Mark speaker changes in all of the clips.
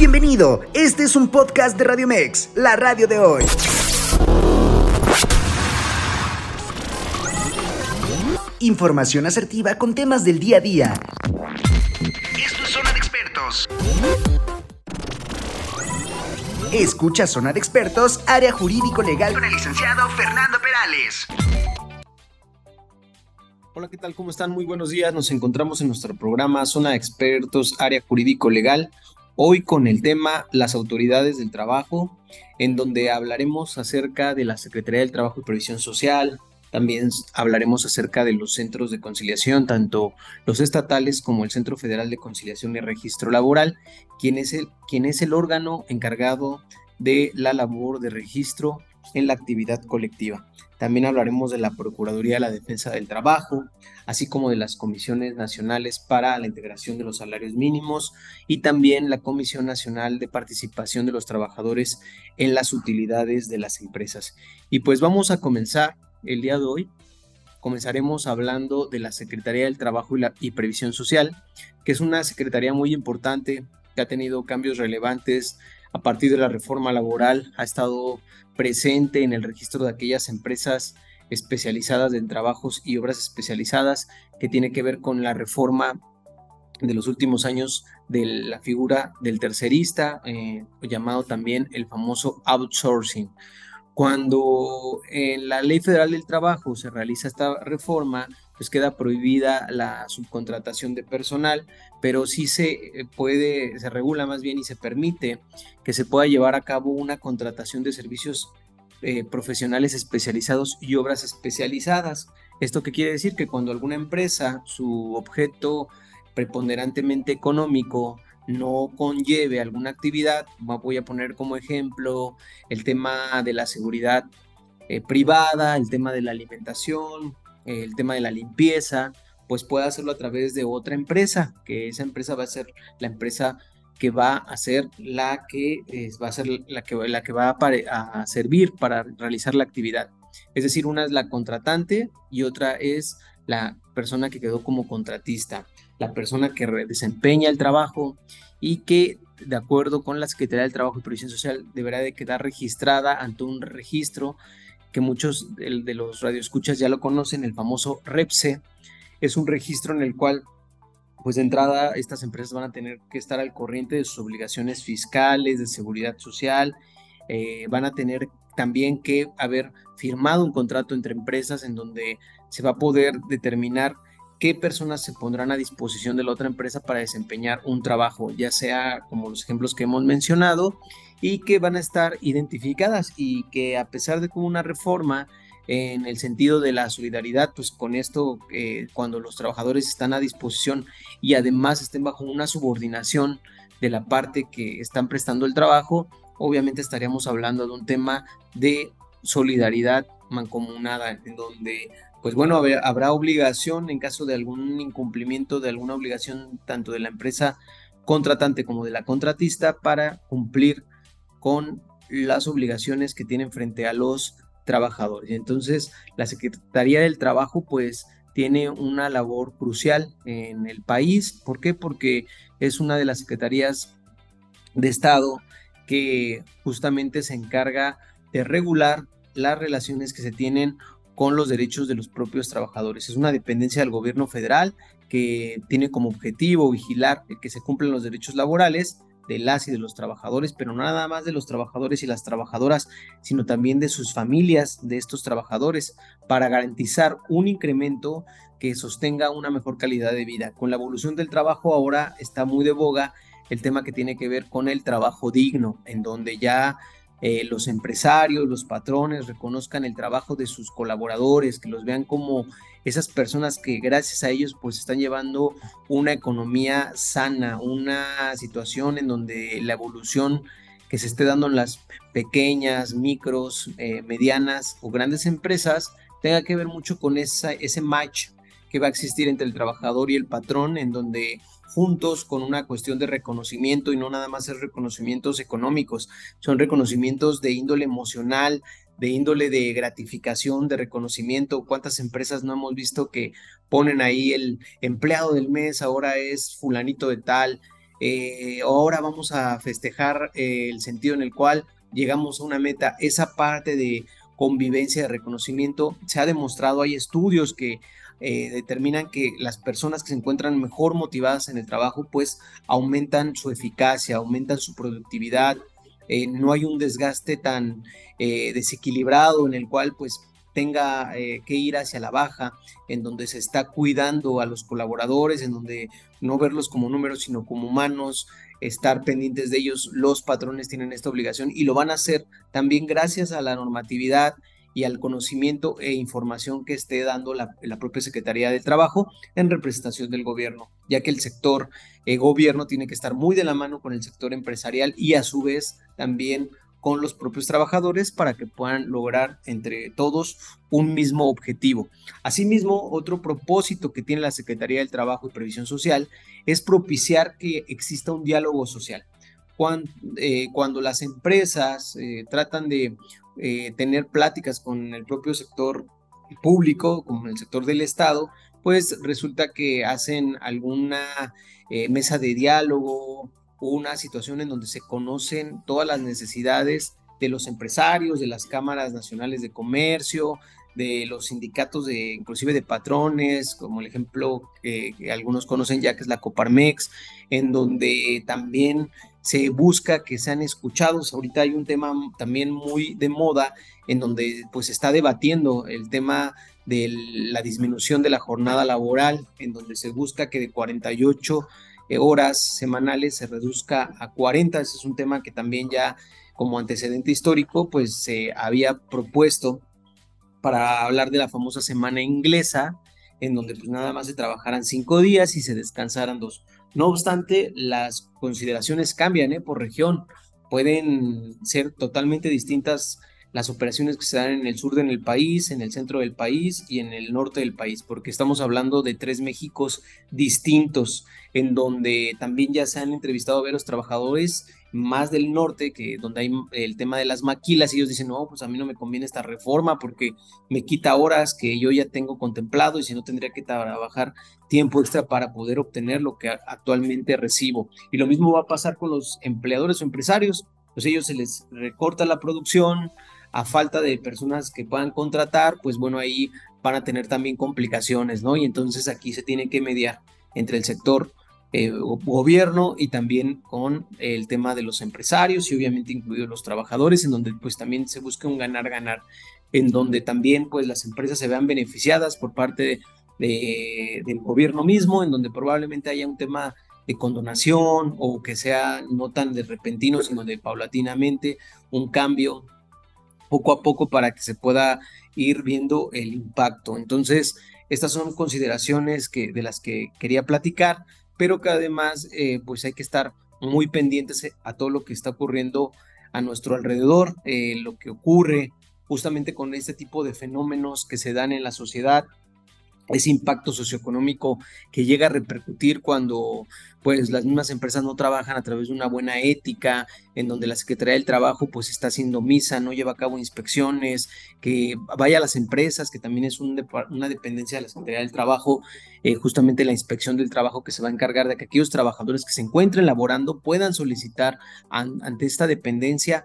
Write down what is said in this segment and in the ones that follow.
Speaker 1: Bienvenido, este es un podcast de Radio Mex, la radio de hoy. Información asertiva con temas del día a día. Esto es Zona de Expertos. Escucha Zona de Expertos, área jurídico legal con el licenciado Fernando Perales.
Speaker 2: Hola, ¿qué tal? ¿Cómo están? Muy buenos días. Nos encontramos en nuestro programa Zona de Expertos, área jurídico legal. Hoy con el tema las autoridades del trabajo, en donde hablaremos acerca de la Secretaría del Trabajo y Previsión Social. También hablaremos acerca de los centros de conciliación, tanto los estatales como el Centro Federal de Conciliación y Registro Laboral, quien es el órgano encargado de la labor de registro en la actividad colectiva. También hablaremos de la Procuraduría de la Defensa del Trabajo, así como de las comisiones nacionales para la integración de los salarios mínimos y también la Comisión Nacional de Participación de los Trabajadores en las utilidades de las empresas. Y pues vamos a comenzar el día de hoy. Comenzaremos hablando de la Secretaría del Trabajo y Previsión Social, que es una secretaría muy importante que ha tenido cambios relevantes a partir de la reforma laboral, ha estado presente en el registro de aquellas empresas especializadas en trabajos y obras especializadas, que tiene que ver con la reforma de los últimos años de la figura del tercerista, llamado también el famoso outsourcing. Cuando en la Ley Federal del Trabajo se realiza esta reforma, pues queda prohibida la subcontratación de personal, pero sí se regula más bien y se permite que se pueda llevar a cabo una contratación de servicios profesionales especializados y obras especializadas. ¿Esto qué quiere decir? Que cuando alguna empresa, su objeto preponderantemente económico, no conlleve alguna actividad, voy a poner como ejemplo el tema de la seguridad privada, el tema de la alimentación, el tema de la limpieza, pues puede hacerlo a través de otra empresa, que esa empresa va a ser la empresa que va a ser la que va a servir para realizar la actividad. Es decir, una es la contratante y otra es la persona que quedó como contratista, la persona que desempeña el trabajo y que, de acuerdo con la Secretaría del Trabajo y Previsión Social, deberá de quedar registrada ante un registro que muchos de los radioescuchas ya lo conocen, el famoso REPSE. Es un registro en el cual, pues de entrada, estas empresas van a tener que estar al corriente de sus obligaciones fiscales, de seguridad social, van a tener también que haber firmado un contrato entre empresas en donde se va a poder determinar qué personas se pondrán a disposición de la otra empresa para desempeñar un trabajo, ya sea como los ejemplos que hemos mencionado, y que van a estar identificadas y que, a pesar de que hubo una reforma en el sentido de la solidaridad, pues con esto, cuando los trabajadores están a disposición y además estén bajo una subordinación de la parte que están prestando el trabajo, obviamente estaríamos hablando de un tema de solidaridad mancomunada, en donde, pues bueno, habrá obligación en caso de algún incumplimiento de alguna obligación, tanto de la empresa contratante como de la contratista, para cumplir con las obligaciones que tienen frente a los trabajadores. Entonces, la Secretaría del Trabajo, pues, tiene una labor crucial en el país. ¿Por qué? Porque es una de las secretarías de Estado que justamente se encarga de regular las relaciones que se tienen con los derechos de los propios trabajadores. Es una dependencia del gobierno federal que tiene como objetivo vigilar el que se cumplan los derechos laborales de las y de los trabajadores, pero no nada más de los trabajadores y las trabajadoras, sino también de sus familias, de estos trabajadores, para garantizar un incremento que sostenga una mejor calidad de vida. Con la evolución del trabajo ahora está muy de boga el tema que tiene que ver con el trabajo digno, en donde ya los empresarios, los patrones reconozcan el trabajo de sus colaboradores, que los vean como esas personas que gracias a ellos pues están llevando una economía sana, una situación en donde la evolución que se esté dando en las pequeñas, micros, medianas o grandes empresas tenga que ver mucho con ese match que va a existir entre el trabajador y el patrón, en donde juntos, con una cuestión de reconocimiento, y no nada más es reconocimientos económicos, son reconocimientos de índole emocional, de índole de gratificación, de reconocimiento. ¿Cuántas empresas no hemos visto que ponen ahí el empleado del mes, ahora es fulanito de tal? ahora vamos a festejar el sentido en el cual llegamos a una meta. Esa parte de convivencia, de reconocimiento, se ha demostrado, hay estudios que determinan que las personas que se encuentran mejor motivadas en el trabajo, pues aumentan su eficacia, aumentan su productividad, no hay un desgaste tan desequilibrado en el cual pues tenga que ir hacia la baja, en donde se está cuidando a los colaboradores, en donde no verlos como números, sino como humanos, estar pendientes de ellos. Los patrones tienen esta obligación y lo van a hacer también gracias a la normatividad y al conocimiento e información que esté dando la propia Secretaría del Trabajo en representación del gobierno, ya que el sector gobierno tiene que estar muy de la mano con el sector empresarial y a su vez también con los propios trabajadores para que puedan lograr entre todos un mismo objetivo. Asimismo, otro propósito que tiene la Secretaría del Trabajo y Previsión Social es propiciar que exista un diálogo social. Cuando las empresas tratan de tener pláticas con el propio sector público, como el sector del Estado, pues resulta que hacen alguna mesa de diálogo, una situación en donde se conocen todas las necesidades de los empresarios, de las cámaras nacionales de comercio, de los sindicatos de inclusive de patrones, como el ejemplo que algunos conocen ya que es la Coparmex, en donde también se busca que sean escuchados. Ahorita hay un tema también muy de moda en donde pues se está debatiendo el tema de la disminución de la jornada laboral, en donde se busca que de 48 horas semanales se reduzca a 40. Ese es un tema que también ya como antecedente histórico pues se había propuesto para hablar de la famosa semana inglesa, en donde pues nada más se trabajaran 5 días y se descansaran 2. No obstante, las consideraciones cambian por región. Pueden ser totalmente distintas las operaciones que se dan en el sur del país, en el centro del país y en el norte del país, porque estamos hablando de 3 Méxicos distintos, en donde también ya se han entrevistado a varios trabajadores más del norte, que donde hay el tema de las maquilas, y ellos dicen, no, pues a mí no me conviene esta reforma porque me quita horas que yo ya tengo contemplado y si no tendría que trabajar tiempo extra para poder obtener lo que actualmente recibo. Y lo mismo va a pasar con los empleadores o empresarios, pues ellos se les recorta la producción, a falta de personas que puedan contratar, pues bueno, ahí van a tener también complicaciones, ¿no? Y entonces aquí se tiene que mediar entre el sector gobierno y también con el tema de los empresarios y obviamente incluidos los trabajadores, en donde pues también se busca un ganar-ganar, en donde también pues las empresas se vean beneficiadas por parte del gobierno mismo, en donde probablemente haya un tema de condonación o que sea no tan de repentino, sino de paulatinamente un cambio poco a poco para que se pueda ir viendo el impacto. Entonces, estas son consideraciones de las que quería platicar, pero que además pues hay que estar muy pendientes a todo lo que está ocurriendo a nuestro alrededor, lo que ocurre justamente con este tipo de fenómenos que se dan en la sociedad, ese impacto socioeconómico que llega a repercutir cuando pues las mismas empresas no trabajan a través de una buena ética, en donde la Secretaría del Trabajo pues está haciendo omisa, no lleva a cabo inspecciones, que vaya a las empresas, que también es una dependencia de la Secretaría del Trabajo, justamente la inspección del trabajo que se va a encargar de que aquellos trabajadores que se encuentren laborando puedan solicitar ante esta dependencia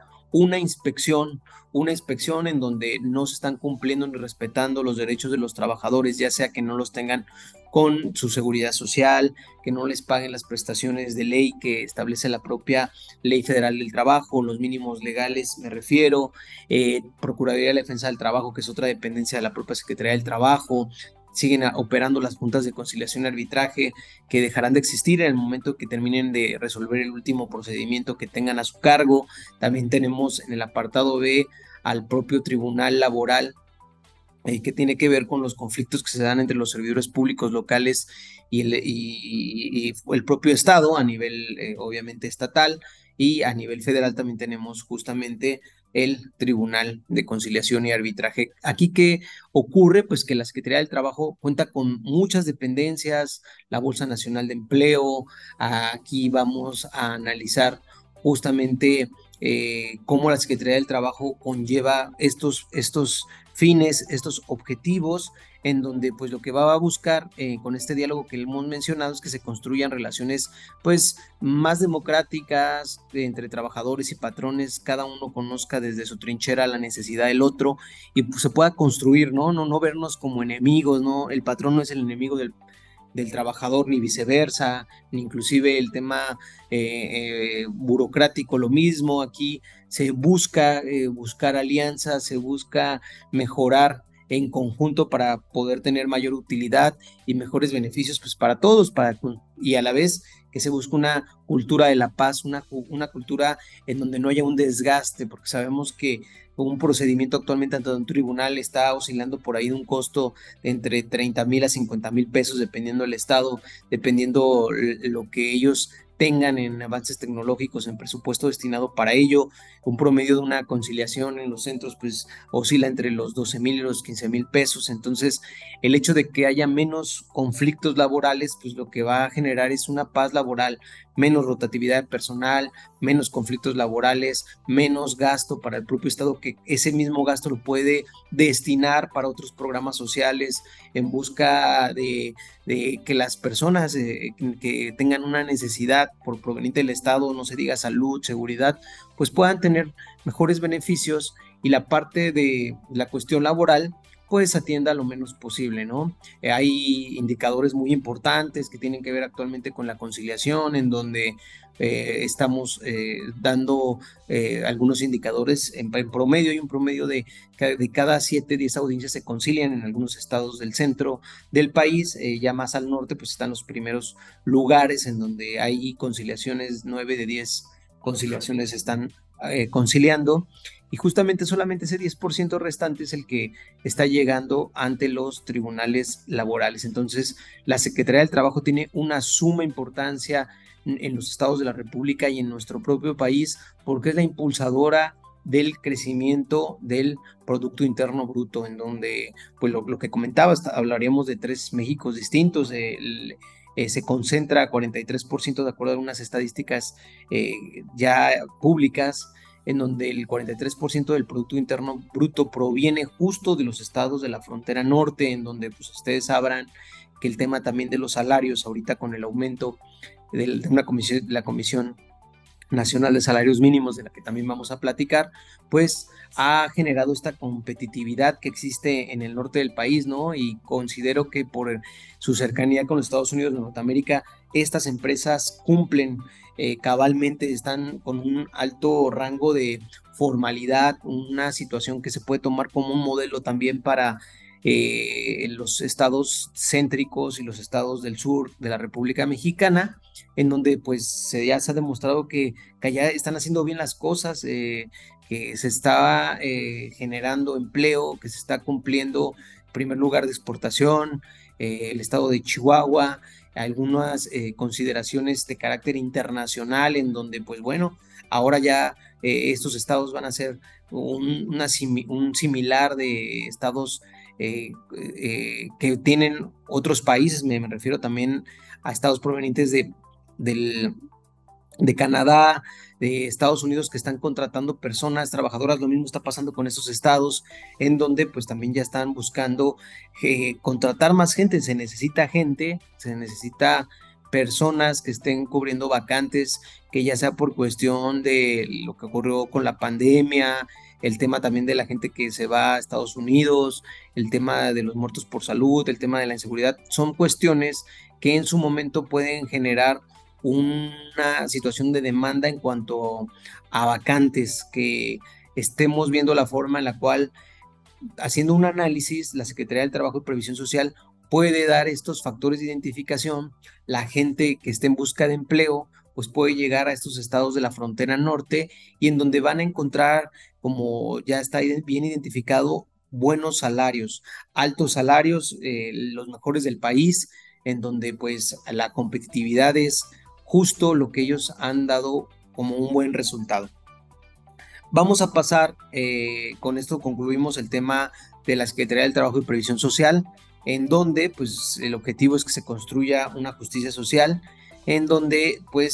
Speaker 2: una inspección en donde no se están cumpliendo ni respetando los derechos de los trabajadores, ya sea que no los tengan con su seguridad social, que no les paguen las prestaciones de ley que establece la propia Ley Federal del Trabajo, los mínimos legales me refiero, Procuraduría de la Defensa del Trabajo, que es otra dependencia de la propia Secretaría del Trabajo. Siguen operando las juntas de conciliación y arbitraje que dejarán de existir en el momento que terminen de resolver el último procedimiento que tengan a su cargo. También tenemos en el apartado B al propio Tribunal Laboral, que tiene que ver con los conflictos que se dan entre los servidores públicos locales y el propio Estado a nivel obviamente estatal, y a nivel federal también tenemos justamente el Tribunal de Conciliación y Arbitraje. Aquí, ¿qué ocurre? Pues que la Secretaría del Trabajo cuenta con muchas dependencias, la Bolsa Nacional de Empleo. Aquí vamos a analizar justamente cómo la Secretaría del Trabajo conlleva estos fines, estos objetivos, en donde pues lo que va a buscar con este diálogo que hemos mencionado es que se construyan relaciones pues más democráticas entre trabajadores y patrones, cada uno conozca desde su trinchera la necesidad del otro y pues, se pueda construir, ¿no? No vernos como enemigos, ¿no? El patrón no es el enemigo del trabajador, ni viceversa, ni inclusive el tema burocrático, lo mismo. Aquí se busca buscar alianzas, se busca mejorar en conjunto para poder tener mayor utilidad y mejores beneficios pues para todos, y a la vez que se busque una cultura de la paz, una cultura en donde no haya un desgaste, porque sabemos que un procedimiento actualmente ante un tribunal está oscilando por ahí de un costo de entre 30,000 a 50,000 pesos, dependiendo del estado, dependiendo lo que ellos tengan en avances tecnológicos, en presupuesto destinado para ello. Un promedio de una conciliación en los centros pues oscila entre los 12,000 y los 15,000 pesos. Entonces, el hecho de que haya menos conflictos laborales, pues lo que va a generar es una paz laboral, menos rotatividad de personal, menos conflictos laborales, menos gasto para el propio Estado, que ese mismo gasto lo puede destinar para otros programas sociales en busca de que las personas que tengan una necesidad por proveniente del Estado, no se diga salud, seguridad, pues puedan tener mejores beneficios y la parte de la cuestión laboral pues atienda lo menos posible, ¿no? Hay indicadores muy importantes que tienen que ver actualmente con la conciliación, en donde estamos dando algunos indicadores en promedio. Hay un promedio de cada 7, 10 audiencias se concilian en algunos estados del centro del país, ya más al norte pues están los primeros lugares en donde hay conciliaciones, 9 de 10 conciliaciones están conciliando, y justamente solamente ese 10% restante es el que está llegando ante los tribunales laborales. Entonces, la Secretaría del Trabajo tiene una suma importancia en los estados de la República y en nuestro propio país, porque es la impulsadora del crecimiento del Producto Interno Bruto, en donde, pues lo que comentabas, hablaríamos de 3 Méxicos distintos. Se concentra 43% de acuerdo a unas estadísticas ya públicas, en donde el 43% del Producto Interno Bruto proviene justo de los estados de la frontera norte, en donde pues ustedes sabrán que el tema también de los salarios, ahorita con el aumento de la Comisión Nacional de Salarios Mínimos, de la que también vamos a platicar, pues ha generado esta competitividad que existe en el norte del país, ¿no? Y considero que por su cercanía con los Estados Unidos de Norteamérica, estas empresas cumplen cabalmente, están con un alto rango de formalidad, una situación que se puede tomar como un modelo también para los estados céntricos y los estados del sur de la República Mexicana, en donde pues ya se ha demostrado que ya están haciendo bien las cosas, que se está generando empleo, que se está cumpliendo primer lugar de exportación, el estado de Chihuahua, algunas consideraciones de carácter internacional, en donde pues bueno, ahora ya estos estados van a ser un similar de estados que tienen otros países. Me refiero también a estados provenientes de Canadá, de Estados Unidos, que están contratando personas trabajadoras. Lo mismo está pasando con esos estados, en donde pues también ya están buscando contratar más gente. Se necesita gente, se necesita personas que estén cubriendo vacantes, que ya sea por cuestión de lo que ocurrió con la pandemia, el tema también de la gente que se va a Estados Unidos, el tema de los muertos por salud, el tema de la inseguridad. Son cuestiones que en su momento pueden generar una situación de demanda en cuanto a vacantes, que estemos viendo la forma en la cual, haciendo un análisis, la Secretaría del Trabajo y Previsión Social puede dar estos factores de identificación. La gente que esté en busca de empleo pues puede llegar a estos estados de la frontera norte, y en donde van a encontrar, como ya está bien identificado, buenos salarios, altos salarios, los mejores del país, en donde pues la competitividad es justo lo que ellos han dado como un buen resultado. Vamos a pasar, con esto concluimos el tema de la Secretaría del Trabajo y Previsión Social, en donde pues el objetivo es que se construya una justicia social, en donde pues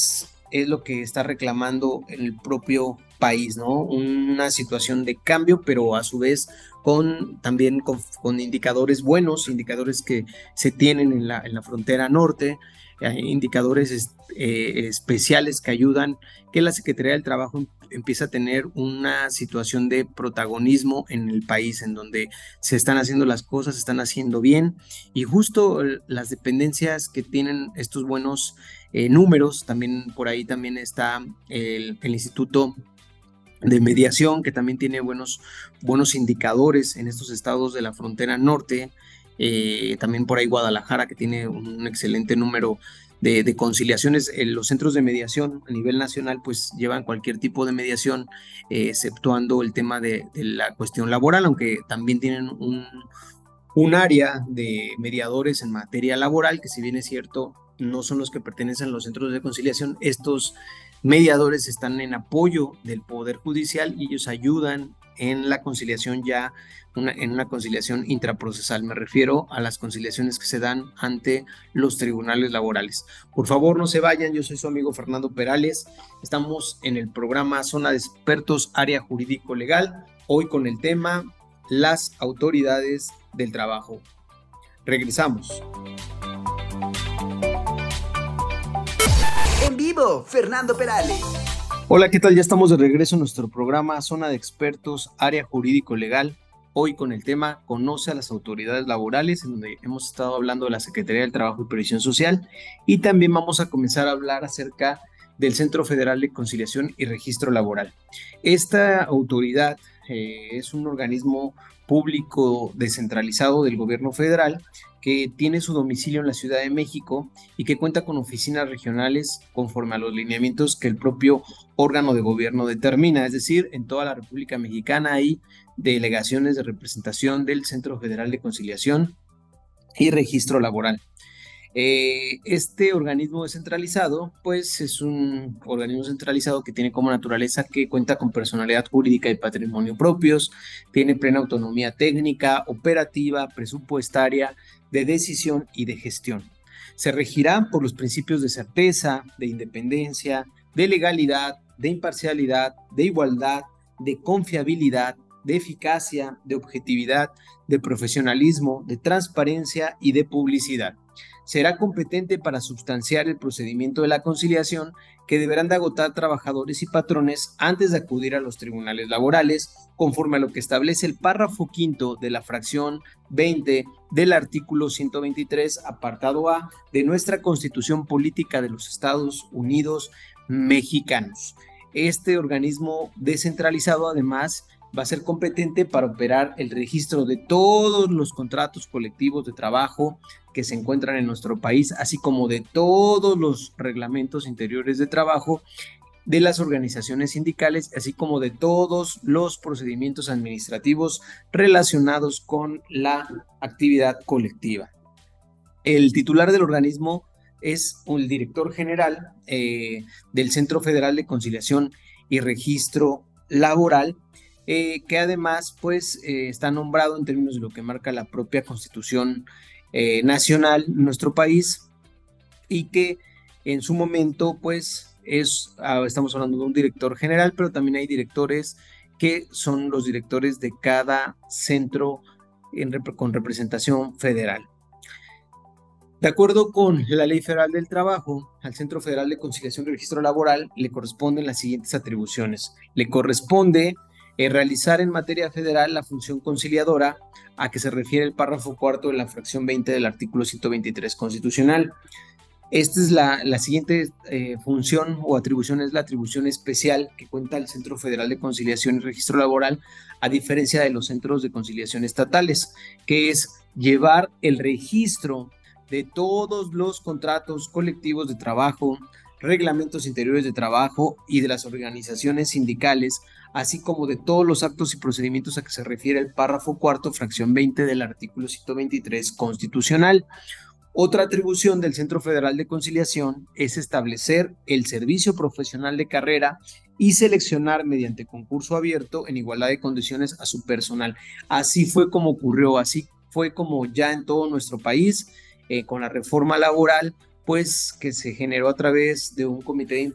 Speaker 2: es lo que está reclamando el propio país, ¿no? Una situación de cambio, pero a su vez también con indicadores buenos, indicadores que se tienen en la frontera norte, indicadores especiales que ayudan que la Secretaría del Trabajo empieza a tener una situación de protagonismo en el país, en donde se están haciendo las cosas, se están haciendo bien, y justo las dependencias que tienen estos buenos números, también por ahí también está el Instituto de Mediación, que también tiene buenos indicadores en estos estados de la frontera norte, también por ahí Guadalajara, que tiene un excelente número de conciliaciones. Los centros de mediación a nivel nacional pues llevan cualquier tipo de mediación, exceptuando el tema de la cuestión laboral, aunque también tienen un área de mediadores en materia laboral, que si bien es cierto, no son los que pertenecen a los centros de conciliación. Estos mediadores están en apoyo del Poder Judicial y ellos ayudan en la conciliación en una conciliación intraprocesal. Me refiero a las conciliaciones que se dan ante los tribunales laborales. Por favor, no se vayan, yo soy su amigo Fernando Perales. Estamos en el programa Zona de Expertos, Área Jurídico Legal, hoy con el tema las autoridades del trabajo. Regresamos.
Speaker 1: En vivo, Fernando Perales.
Speaker 2: Hola, ¿qué tal? Ya estamos de regreso en nuestro programa Zona de Expertos, Área Jurídico Legal. Hoy con el tema Conoce a las autoridades laborales, en donde hemos estado hablando de la Secretaría del Trabajo y Previsión Social, y también vamos a comenzar a hablar acerca del Centro Federal de Conciliación y Registro Laboral. Esta autoridad es un organismo público descentralizado del gobierno federal que tiene su domicilio en la Ciudad de México y que cuenta con oficinas regionales conforme a los lineamientos que el propio órgano de gobierno determina. Es decir, en toda la República Mexicana hay delegaciones de representación del Centro Federal de Conciliación y Registro Laboral. Este organismo descentralizado, pues es un organismo centralizado que tiene como naturaleza que cuenta con personalidad jurídica y patrimonio propios, tiene plena autonomía técnica, operativa, presupuestaria, de decisión y de gestión. Se regirá por los principios de certeza, de independencia, de legalidad, de imparcialidad, de igualdad, de confiabilidad, de eficacia, de objetividad, de profesionalismo, de transparencia y de publicidad. Será competente para substanciar el procedimiento de la conciliación que deberán de agotar trabajadores y patrones antes de acudir a los tribunales laborales, conforme a lo que establece el párrafo quinto de la fracción 20 del artículo 123, apartado A, de nuestra Constitución Política de los Estados Unidos Mexicanos. Este organismo descentralizado, además, va a ser competente para operar el registro de todos los contratos colectivos de trabajo que se encuentran en nuestro país, así como de todos los reglamentos interiores de trabajo de las organizaciones sindicales, así como de todos los procedimientos administrativos relacionados con la actividad colectiva. El titular del organismo es el director general del Centro Federal de Conciliación y Registro Laboral, que además pues está nombrado en términos de lo que marca la propia Constitución nacional en nuestro país, y que en su momento pues estamos hablando de un director general, pero también hay directores que son los directores de cada centro con representación federal. De acuerdo con la Ley Federal del Trabajo, al Centro Federal de Conciliación y Registro Laboral le corresponden las siguientes atribuciones. Le corresponde realizar en materia federal la función conciliadora a que se refiere el párrafo cuarto de la fracción 20 del artículo 123 constitucional. Esta es la siguiente función o atribución, es la atribución especial que cuenta el Centro Federal de Conciliación y Registro Laboral, a diferencia de los centros de conciliación estatales, que es llevar el registro de todos los contratos colectivos de trabajo, reglamentos interiores de trabajo y de las organizaciones sindicales, así como de todos los actos y procedimientos a que se refiere el párrafo cuarto, fracción 20 del artículo 123 constitucional. Otra atribución del Centro Federal de Conciliación es establecer el servicio profesional de carrera y seleccionar mediante concurso abierto en igualdad de condiciones a su personal. Así fue como ocurrió, así fue como ya en todo nuestro país, con la reforma laboral, pues que se generó a través de un comité de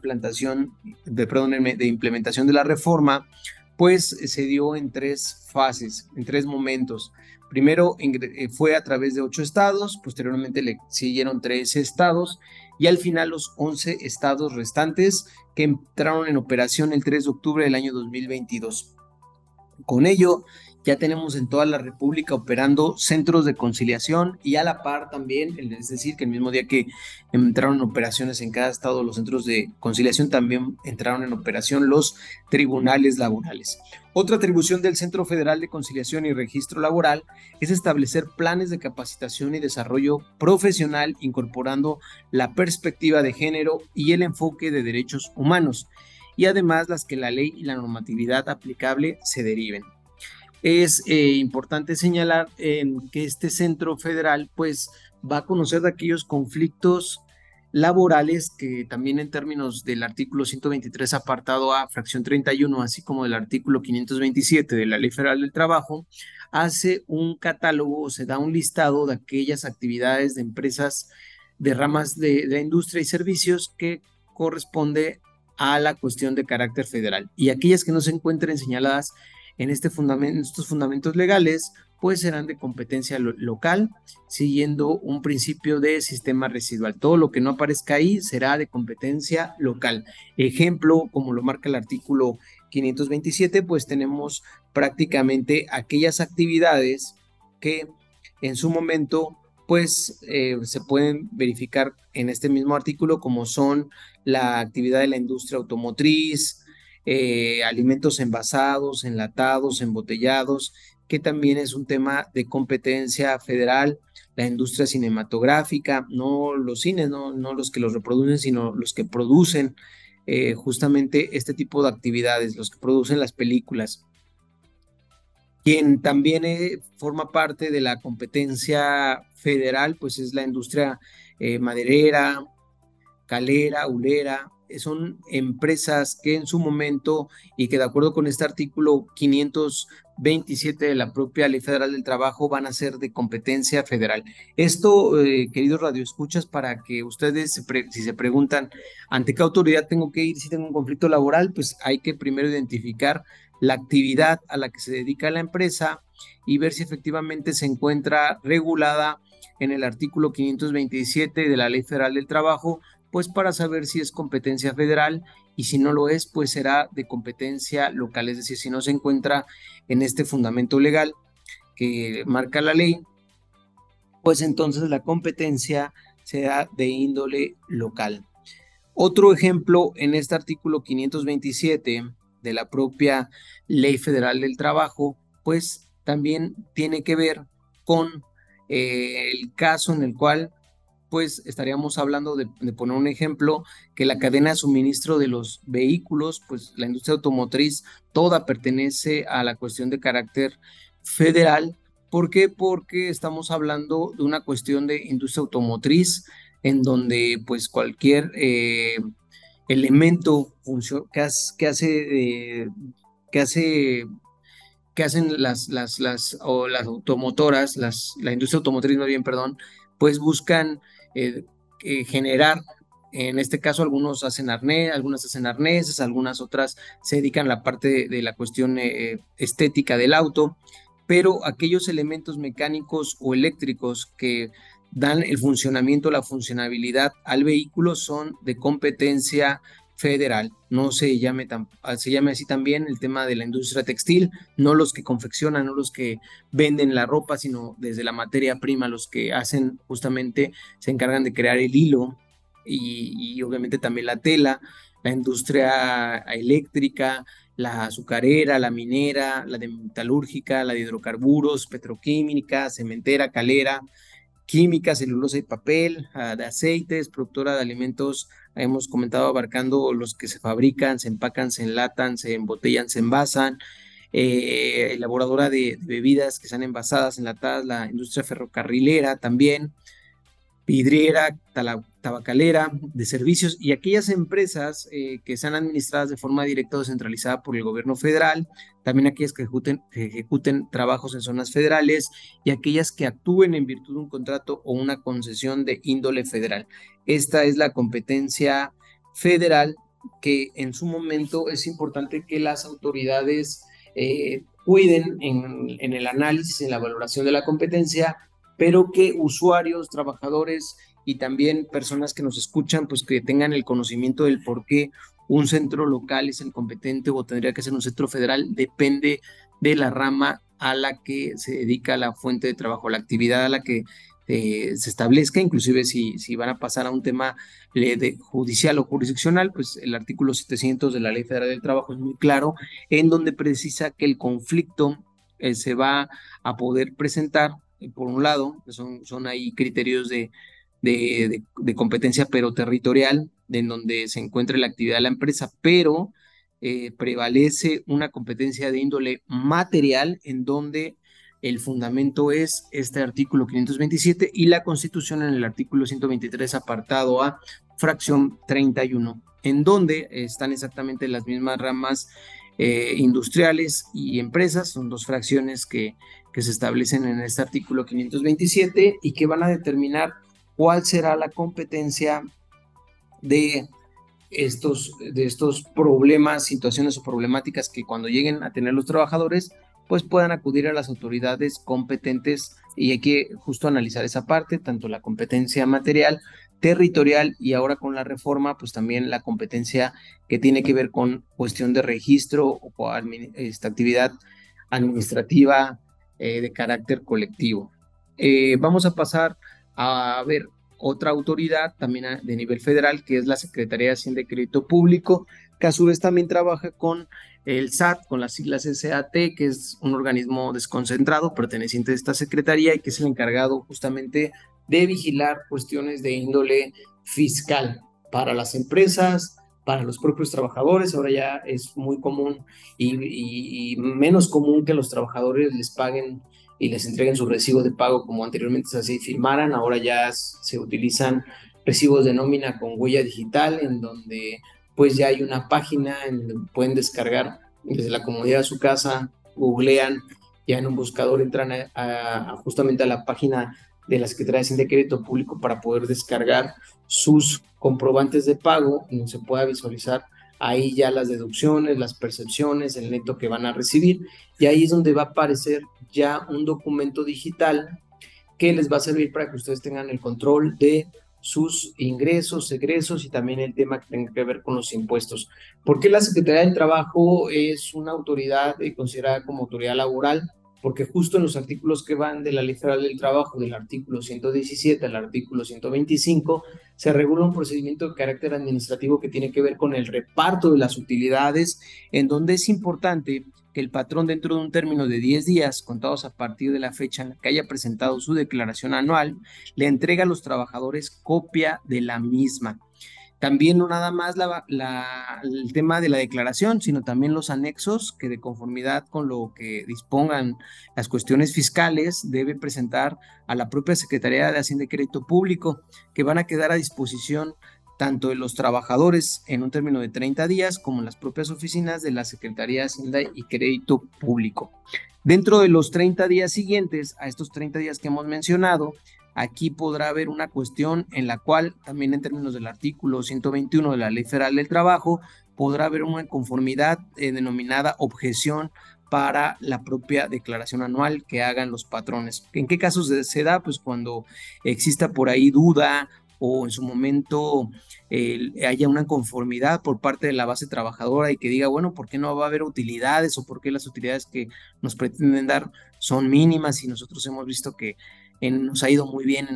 Speaker 2: de implementación de la reforma, pues se dio en 3 fases, en 3 momentos. Primero fue a través de 8 estados, posteriormente le siguieron 13 estados y al final los 11 estados restantes que entraron en operación el 3 de octubre del año 2022. Con ello, ya tenemos en toda la República operando centros de conciliación y a la par también, es decir, que el mismo día que entraron en operaciones en cada estado los centros de conciliación, también entraron en operación los tribunales laborales. Otra atribución del Centro Federal de Conciliación y Registro Laboral es establecer planes de capacitación y desarrollo profesional incorporando la perspectiva de género y el enfoque de derechos humanos, y además las que la ley y la normatividad aplicable se deriven. Es importante señalar que este centro federal pues va a conocer de aquellos conflictos laborales que también en términos del artículo 123 apartado A, fracción 31, así como del artículo 527 de la Ley Federal del Trabajo, hace un catálogo o se da un listado de aquellas actividades de empresas de ramas de la industria y servicios que corresponde a la cuestión de carácter federal, y aquellas que no se encuentren señaladas en estos fundamentos legales pues serán de competencia local, siguiendo un principio de sistema residual. Todo lo que no aparezca ahí será de competencia local. Ejemplo, como lo marca el artículo 527, pues tenemos prácticamente aquellas actividades que en su momento pues se pueden verificar en este mismo artículo, como son la actividad de la industria automotriz, alimentos envasados, enlatados, embotellados, que también es un tema de competencia federal, la industria cinematográfica, no los cines, no los que los reproducen, sino los que producen justamente este tipo de actividades, los que producen las películas. Quien también forma parte de la competencia federal, pues es la industria maderera, calera, hulera. Son empresas que en su momento y que de acuerdo con este artículo 527 de la propia Ley Federal del Trabajo van a ser de competencia federal. Esto, queridos radioescuchas, para que ustedes si se preguntan ante qué autoridad tengo que ir si tengo un conflicto laboral, pues hay que primero identificar la actividad a la que se dedica la empresa y ver si efectivamente se encuentra regulada en el artículo 527 de la Ley Federal del Trabajo, pues para saber si es competencia federal, y si no lo es, pues será de competencia local, es decir, si no se encuentra en este fundamento legal que marca la ley, pues entonces la competencia será de índole local. Otro ejemplo en este artículo 527 de la propia Ley Federal del Trabajo, pues también tiene que ver con el caso en el cual pues estaríamos hablando de poner un ejemplo, que la cadena de suministro de los vehículos, pues la industria automotriz, toda pertenece a la cuestión de carácter federal. ¿Por qué? Porque estamos hablando de una cuestión de industria automotriz en donde pues cualquier elemento que hacen las automotoras, la industria automotriz, más bien, perdón, pues buscan generar, en este caso algunas hacen arneses, algunas otras se dedican a la parte de la cuestión estética del auto, pero aquellos elementos mecánicos o eléctricos que dan el funcionamiento, la funcionabilidad al vehículo son de competencia federal. No se llame así también el tema de la industria textil, no los que confeccionan, no los que venden la ropa, sino desde la materia prima, los que hacen justamente, se encargan de crear el hilo y obviamente también la tela, la industria eléctrica, la azucarera, la minera, la de metalúrgica, la de hidrocarburos, petroquímica, cementera, calera, química, celulosa y papel, de aceites, productora de alimentos, hemos comentado abarcando los que se fabrican, se empacan, se enlatan, se embotellan, se envasan, elaboradora de bebidas que sean envasadas, enlatadas, la industria ferrocarrilera también, vidriera, tabacalera, de servicios y aquellas empresas que sean administradas de forma directa o descentralizada por el gobierno federal, también aquellas que ejecuten trabajos en zonas federales y aquellas que actúen en virtud de un contrato o una concesión de índole federal. Esta es la competencia federal que en su momento es importante que las autoridades cuiden en el análisis, en la valoración de la competencia, pero que usuarios, trabajadores y también personas que nos escuchan, pues que tengan el conocimiento del por qué un centro local es el competente o tendría que ser un centro federal, depende de la rama a la que se dedica la fuente de trabajo, la actividad a la que se establezca, inclusive si van a pasar a un tema judicial o jurisdiccional, pues el artículo 700 de la Ley Federal del Trabajo es muy claro, en donde precisa que el conflicto se va a poder presentar por un lado, son ahí criterios de competencia, pero territorial, en donde se encuentra la actividad de la empresa, pero prevalece una competencia de índole material, en donde el fundamento es este artículo 527 y la Constitución en el artículo 123, apartado A, fracción 31, en donde están exactamente las mismas ramas industriales y empresas, son dos fracciones que se establecen en este artículo 527 y que van a determinar cuál será la competencia de estos problemas, situaciones o problemáticas que cuando lleguen a tener los trabajadores, pues puedan acudir a las autoridades competentes, y hay que justo analizar esa parte, tanto la competencia material, territorial y ahora con la reforma, pues también la competencia que tiene que ver con cuestión de registro o actividad administrativa de carácter colectivo. Vamos a pasar a ver otra autoridad también de nivel federal, que es la Secretaría de Hacienda y Crédito Público, que a su vez también trabaja con el SAT, con las siglas SAT, que es un organismo desconcentrado perteneciente a esta secretaría y que es el encargado justamente de vigilar cuestiones de índole fiscal para las empresas, para los propios trabajadores. Ahora ya es muy común y menos común que los trabajadores les paguen y les entreguen su recibo de pago como anteriormente se hacía y firmaran. Ahora ya se utilizan recibos de nómina con huella digital, en donde pues ya hay una página en donde pueden descargar desde la comodidad de su casa, googlean, ya en un buscador entran justamente a la página de la Secretaría de Hacienda y Crédito Público para poder descargar sus comprobantes de pago, donde se pueda visualizar ahí ya las deducciones, las percepciones, el neto que van a recibir, y ahí es donde va a aparecer ya un documento digital que les va a servir para que ustedes tengan el control de sus ingresos, egresos y también el tema que tenga que ver con los impuestos. ¿Por qué la Secretaría del Trabajo es una autoridad considerada como autoridad laboral? Porque justo en los artículos que van de la Ley Federal del Trabajo, del artículo 117 al artículo 125, se regula un procedimiento de carácter administrativo que tiene que ver con el reparto de las utilidades, en donde es importante que el patrón, dentro de un término de 10 días, contados a partir de la fecha en la que haya presentado su declaración anual, le entrega a los trabajadores copia de la misma. También no nada más el tema de la declaración, sino también los anexos que, de conformidad con lo que dispongan las cuestiones fiscales, debe presentar a la propia Secretaría de Hacienda y Crédito Público, que van a quedar a disposición tanto de los trabajadores en un término de 30 días como en las propias oficinas de la Secretaría de Hacienda y Crédito Público. Dentro de los 30 días siguientes a estos 30 días que hemos mencionado, aquí podrá haber una cuestión en la cual, también en términos del artículo 121 de la Ley Federal del Trabajo, podrá haber una inconformidad denominada objeción para la propia declaración anual que hagan los patrones. ¿En qué casos se da? Pues cuando exista por ahí duda o en su momento haya una conformidad por parte de la base trabajadora y que diga, bueno, ¿por qué no va a haber utilidades o por qué las utilidades que nos pretenden dar son mínimas y nosotros hemos visto que nos ha ido muy bien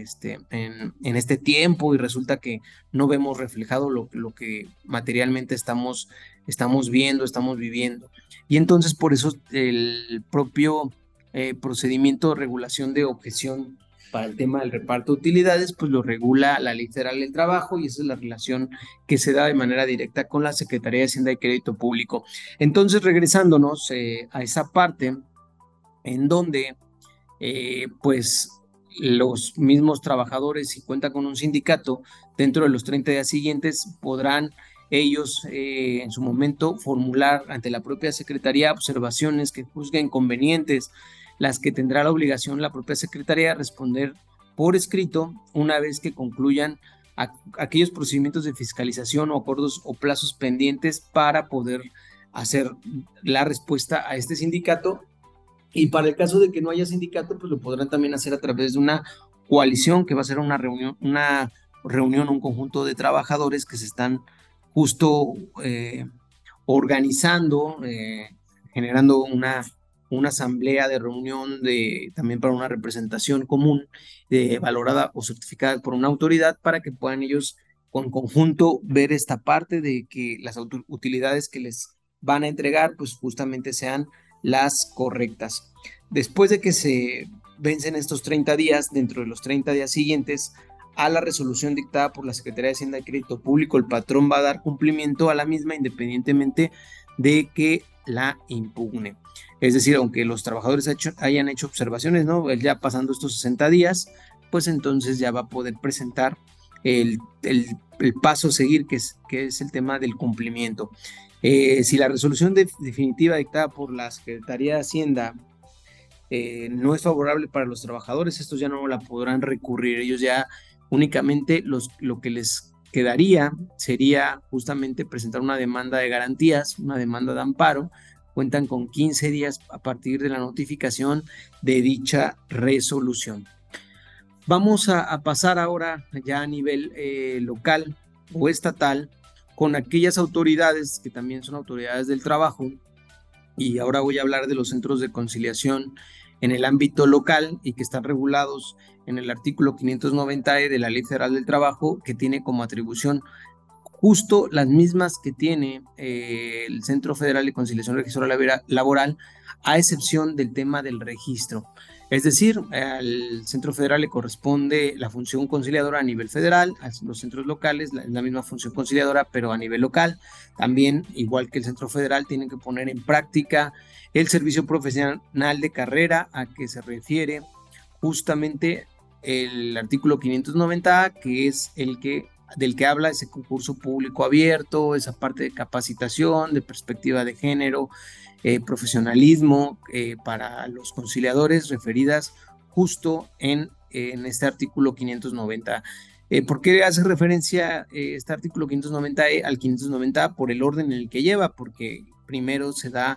Speaker 2: en este tiempo y resulta que no vemos reflejado lo que materialmente estamos viendo, estamos viviendo? Y entonces por eso el propio procedimiento de regulación de objeción para el tema del reparto de utilidades, pues lo regula la Ley Federal del Trabajo, y esa es la relación que se da de manera directa con la Secretaría de Hacienda y Crédito Público. Entonces, regresándonos a esa parte en donde pues los mismos trabajadores, si cuentan con un sindicato, dentro de los 30 días siguientes podrán ellos en su momento formular ante la propia Secretaría observaciones que juzguen convenientes, las que tendrá la obligación la propia Secretaría de responder por escrito una vez que concluyan aquellos procedimientos de fiscalización o acuerdos o plazos pendientes para poder hacer la respuesta a este sindicato. Y para el caso de que no haya sindicato, pues lo podrán también hacer a través de una coalición, que va a ser una reunión, un conjunto de trabajadores que se están justo organizando, generando una asamblea de reunión también para una representación común valorada o certificada por una autoridad para que puedan ellos con conjunto ver esta parte de que las utilidades que les van a entregar pues justamente sean las correctas. Después de que se vencen estos 30 días, dentro de los 30 días siguientes a la resolución dictada por la Secretaría de Hacienda y Crédito Público, el patrón va a dar cumplimiento a la misma independientemente de que la impugne. Es decir, aunque los trabajadores hayan hecho observaciones, ¿no? Ya pasando estos 60 días, pues entonces ya va a poder presentar el paso a seguir, que es el tema del cumplimiento. Si la resolución definitiva dictada por la Secretaría de Hacienda no es favorable para los trabajadores, estos ya no la podrán recurrir. Ellos ya únicamente lo que les quedaría sería justamente presentar una demanda de garantías, una demanda de amparo. Cuentan con 15 días a partir de la notificación de dicha resolución. Vamos a pasar ahora ya a nivel local o estatal con aquellas autoridades que también son autoridades del trabajo, y ahora voy a hablar de los centros de conciliación en el ámbito local y que están regulados en el artículo 590E de la Ley Federal del Trabajo, que tiene como atribución justo las mismas que tiene el Centro Federal de Conciliación y Registro Laboral, a excepción del tema del registro. Es decir, al Centro Federal le corresponde la función conciliadora a nivel federal, a los centros locales la misma función conciliadora, pero a nivel local. También, igual que el Centro Federal, tienen que poner en práctica el servicio profesional de carrera, a que se refiere justamente el artículo 590A, que es del que habla ese concurso público abierto, esa parte de capacitación, de perspectiva de género, profesionalismo para los conciliadores, referidas justo en este artículo 590. ¿Por qué hace referencia este artículo 590E al 590A? Por el orden en el que lleva, porque primero se dan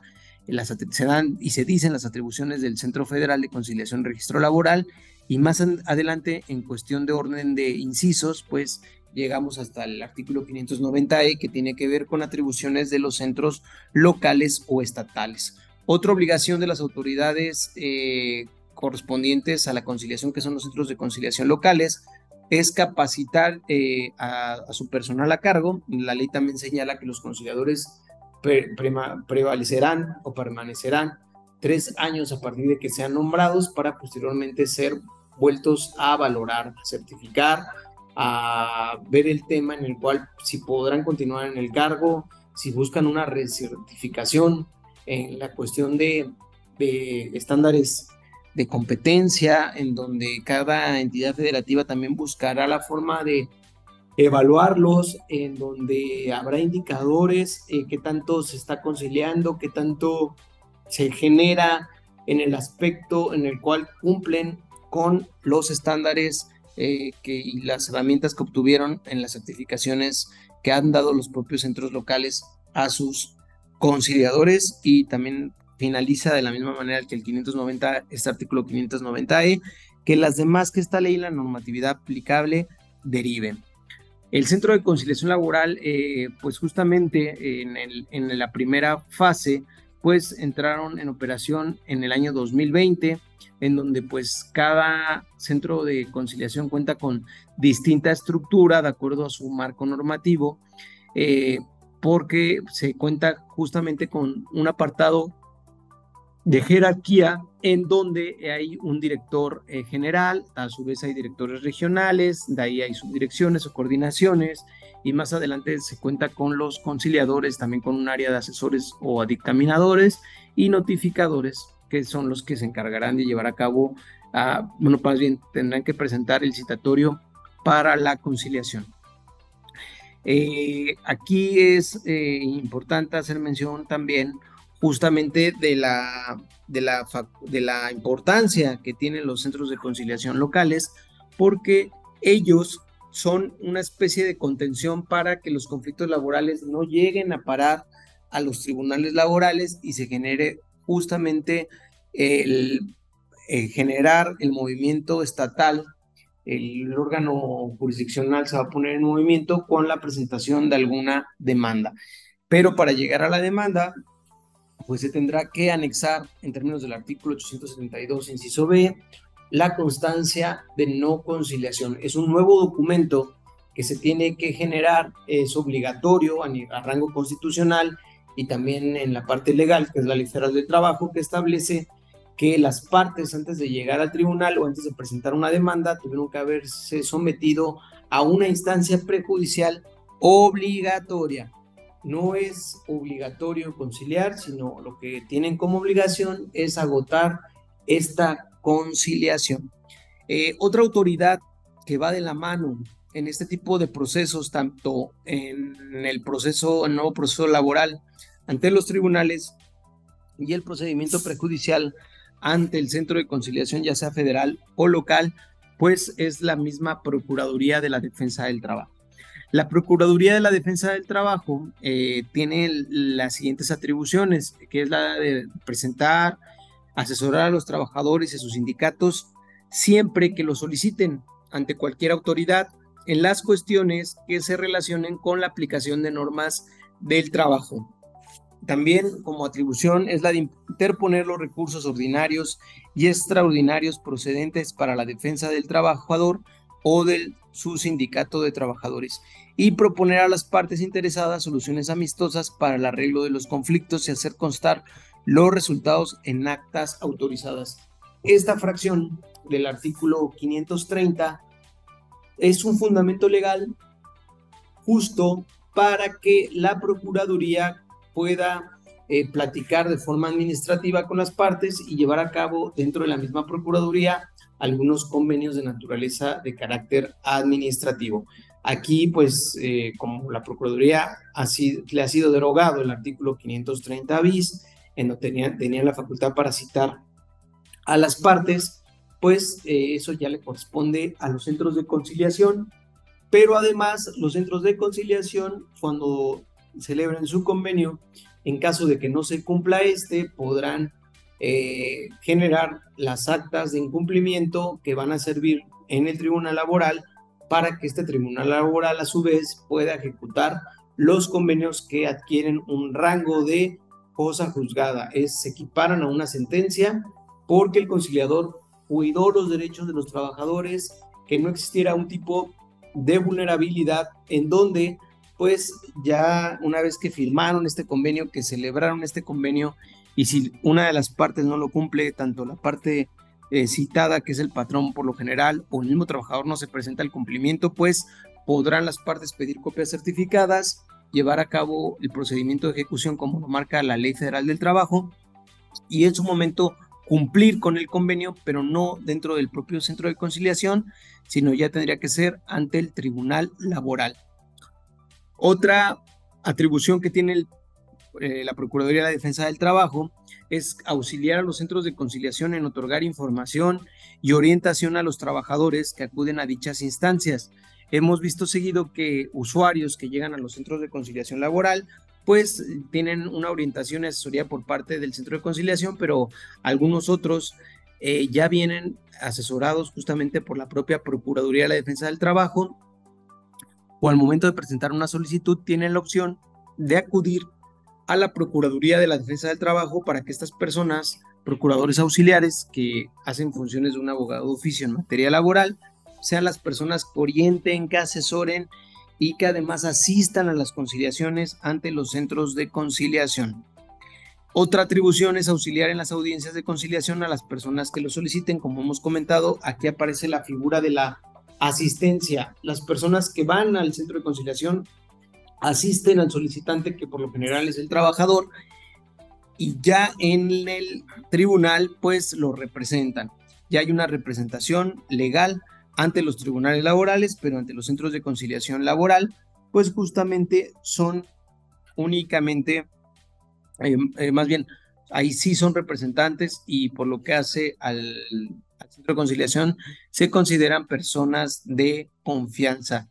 Speaker 2: y se dicen las atribuciones del Centro Federal de Conciliación y Registro Laboral, y más adelante, en cuestión de orden de incisos, pues llegamos hasta el artículo 590E, que tiene que ver con atribuciones de los centros locales o estatales. Otra obligación de las autoridades correspondientes a la conciliación, que son los centros de conciliación locales, es capacitar a su personal a cargo. La ley también señala que los conciliadores prevalecerán o permanecerán 3 años a partir de que sean nombrados, para posteriormente ser vueltos a valorar, a certificar, a ver el tema en el cual si podrán continuar en el cargo, si buscan una recertificación en la cuestión de estándares de competencia, en donde cada entidad federativa también buscará la forma de evaluarlos, en donde habrá indicadores, qué tanto se está conciliando, qué tanto se genera en el aspecto en el cual cumplen con los estándares y las herramientas que obtuvieron en las certificaciones que han dado los propios centros locales a sus conciliadores. Y también finaliza de la misma manera que el 590, este artículo 590E, que las demás que esta ley y la normatividad aplicable deriven. El Centro de Conciliación Laboral, pues justamente en la primera fase, pues entraron en operación en el año 2020, en donde pues cada centro de conciliación cuenta con distinta estructura de acuerdo a su marco normativo, porque se cuenta justamente con un apartado de jerarquía en donde hay un director general, a su vez hay directores regionales, de ahí hay subdirecciones o coordinaciones, y más adelante se cuenta con los conciliadores, también con un área de asesores o dictaminadores y notificadores, que son los que se encargarán de llevar a cabo bueno, más bien tendrán que presentar el citatorio para la conciliación. Aquí es importante hacer mención también justamente de la importancia que tienen los centros de conciliación locales, porque ellos son una especie de contención para que los conflictos laborales no lleguen a parar a los tribunales laborales y se genere justamente generar el movimiento estatal. El órgano jurisdiccional se va a poner en movimiento con la presentación de alguna demanda. Pero para llegar a la demanda, pues se tendrá que anexar, en términos del artículo 872, inciso B, la constancia de no conciliación. Es un nuevo documento que se tiene que generar, es obligatorio a rango constitucional y también en la parte legal, que es la Ley Federal del Trabajo, que establece que las partes, antes de llegar al tribunal o antes de presentar una demanda, tuvieron que haberse sometido a una instancia prejudicial obligatoria. No es obligatorio conciliar, sino lo que tienen como obligación es agotar esta conciliación. Otra autoridad que va de la mano en este tipo de procesos, tanto en el nuevo proceso laboral ante los tribunales y el procedimiento prejudicial ante el centro de conciliación, ya sea federal o local, pues es la misma Procuraduría de la Defensa del Trabajo. La Procuraduría de la Defensa del Trabajo tiene las siguientes atribuciones, que es la de presentar, asesorar a los trabajadores y a sus sindicatos siempre que lo soliciten ante cualquier autoridad en las cuestiones que se relacionen con la aplicación de normas del trabajo. También como atribución es la de interponer los recursos ordinarios y extraordinarios procedentes para la defensa del trabajador o de su sindicato de trabajadores y proponer a las partes interesadas soluciones amistosas para el arreglo de los conflictos y hacer constar los resultados en actas autorizadas. Esta fracción del artículo 530 es un fundamento legal justo para que la Procuraduría pueda platicar de forma administrativa con las partes y llevar a cabo dentro de la misma Procuraduría algunos convenios de naturaleza de carácter administrativo. Aquí, pues, como la Procuraduría le ha sido derogado el artículo 530 bis, en donde tenían la facultad para citar a las partes, pues eso ya le corresponde a los centros de conciliación, pero además los centros de conciliación, cuando celebren su convenio, en caso de que no se cumpla podrán generar las actas de incumplimiento que van a servir en el tribunal laboral para que este tribunal laboral a su vez pueda ejecutar los convenios que adquieren un rango de cosa juzgada, se equiparan a una sentencia porque el conciliador cuidó los derechos de los trabajadores, que no existiera un tipo de vulnerabilidad en donde pues ya una vez que firmaron este convenio, que celebraron este convenio, y si una de las partes no lo cumple, tanto la parte citada, que es el patrón por lo general, o el mismo trabajador no se presenta al cumplimiento, pues podrán las partes pedir copias certificadas, llevar a cabo el procedimiento de ejecución como lo marca la Ley Federal del Trabajo, y en su momento cumplir con el convenio, pero no dentro del propio centro de conciliación, sino ya tendría que ser ante el tribunal laboral. Otra atribución que tiene la Procuraduría de la Defensa del Trabajo es auxiliar a los centros de conciliación en otorgar información y orientación a los trabajadores que acuden a dichas instancias. Hemos visto seguido que usuarios que llegan a los centros de conciliación laboral pues tienen una orientación y asesoría por parte del centro de conciliación, pero algunos otros ya vienen asesorados justamente por la propia Procuraduría de la Defensa del Trabajo, o al momento de presentar una solicitud tienen la opción de acudir a la Procuraduría de la Defensa del Trabajo para que estas personas, procuradores auxiliares que hacen funciones de un abogado de oficio en materia laboral, sean las personas que orienten, que asesoren y que además asistan a las conciliaciones ante los centros de conciliación. Otra atribución es auxiliar en las audiencias de conciliación a las personas que lo soliciten. Como hemos comentado, aquí aparece la figura de la asistencia. Las personas que van al centro de conciliación asisten al solicitante, que por lo general es el trabajador, y ya en el tribunal pues lo representan. ya hay una representación legal ante los tribunales laborales, pero ante los centros de conciliación laboral, pues justamente son únicamente, más bien, ahí sí son representantes y por lo que hace al centro de conciliación, se consideran personas de confianza.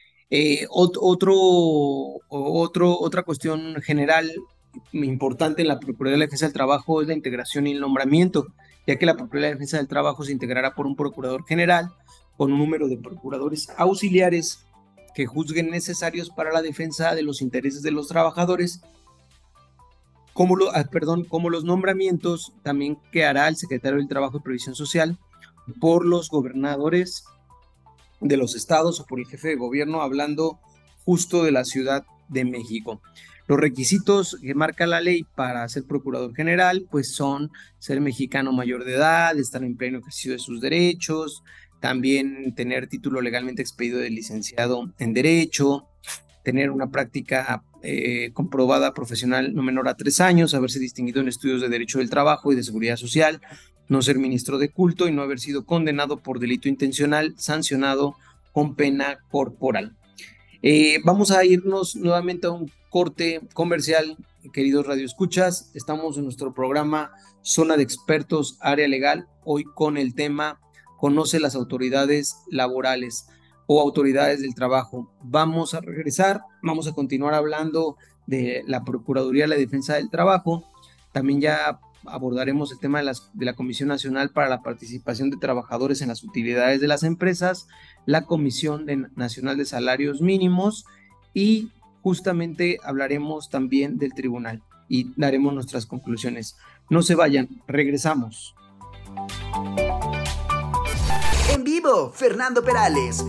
Speaker 2: Otra cuestión general importante en la Procuraduría de la Defensa del Trabajo es la integración y el nombramiento, ya que la Procuraduría de la Defensa del Trabajo se integrará por un procurador general con un número de procuradores auxiliares que juzguen necesarios para la defensa de los intereses de los trabajadores, como los nombramientos también que hará el secretario del Trabajo y Previsión Social por los gobernadores de los estados o por el jefe de gobierno, hablando justo de la Ciudad de México. Los requisitos que marca la ley para ser procurador general, pues son ser mexicano mayor de edad, estar en pleno ejercicio de sus derechos, también tener título legalmente expedido de licenciado en Derecho, tener una práctica comprobada profesional no menor a 3 años, haberse distinguido en estudios de Derecho del Trabajo y de Seguridad Social, no ser ministro de culto y no haber sido condenado por delito intencional sancionado con pena corporal. Vamos a irnos nuevamente a un corte comercial, queridos radioescuchas. Estamos en nuestro programa Zona de Expertos, Área Legal, hoy con el tema Conoce las autoridades laborales o autoridades del trabajo. Vamos a regresar, vamos a continuar hablando de la Procuraduría de la Defensa del Trabajo. También ya abordaremos el tema de la Comisión Nacional para la Participación de Trabajadores en las Utilidades de las Empresas, la Comisión Nacional de Salarios Mínimos y justamente hablaremos también del tribunal y daremos nuestras conclusiones. No se vayan, regresamos.
Speaker 1: En vivo, Fernando Perales.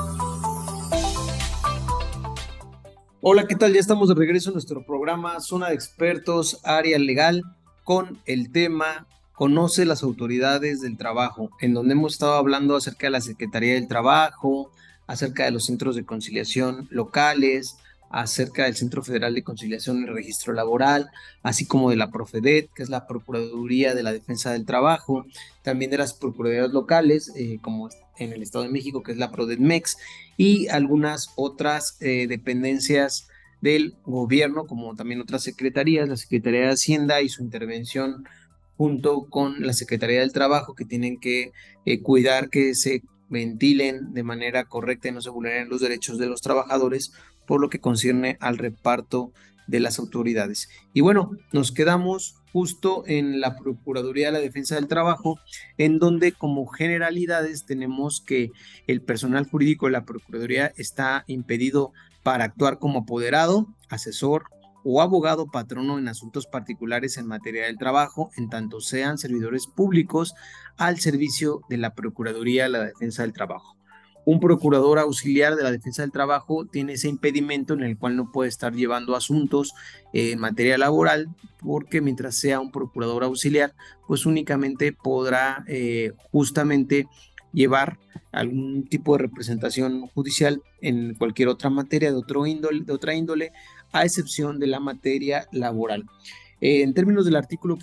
Speaker 2: Hola, ¿qué tal? Ya estamos de regreso en nuestro programa Zona de Expertos, Área Legal, con el tema Conoce las autoridades del trabajo, en donde hemos estado hablando acerca de la Secretaría del Trabajo, acerca de los centros de conciliación locales, acerca del Centro Federal de Conciliación y Registro Laboral, así como de la Profedet, que es la Procuraduría de la Defensa del Trabajo, también de las Procuradurías locales, como en el Estado de México, que es la Prodetmex, y algunas otras dependencias del gobierno, como también otras secretarías, la Secretaría de Hacienda y su intervención junto con la Secretaría del Trabajo, que tienen que cuidar que se ventilen de manera correcta y no se vulneren los derechos de los trabajadores, por lo que concierne al reparto de las autoridades. Y bueno, nos quedamos justo en la Procuraduría de la Defensa del Trabajo, en donde como generalidades tenemos que el personal jurídico de la Procuraduría está impedido para actuar como apoderado, asesor o abogado patrono en asuntos particulares en materia del trabajo, en tanto sean servidores públicos al servicio de la Procuraduría de la Defensa del Trabajo. Un procurador auxiliar de la Defensa del Trabajo tiene ese impedimento en el cual no puede estar llevando asuntos en materia laboral, porque mientras sea un procurador auxiliar, pues únicamente podrá justamente llevar algún tipo de representación judicial en cualquier otra materia de otra índole, a excepción de la materia laboral. En términos del artículo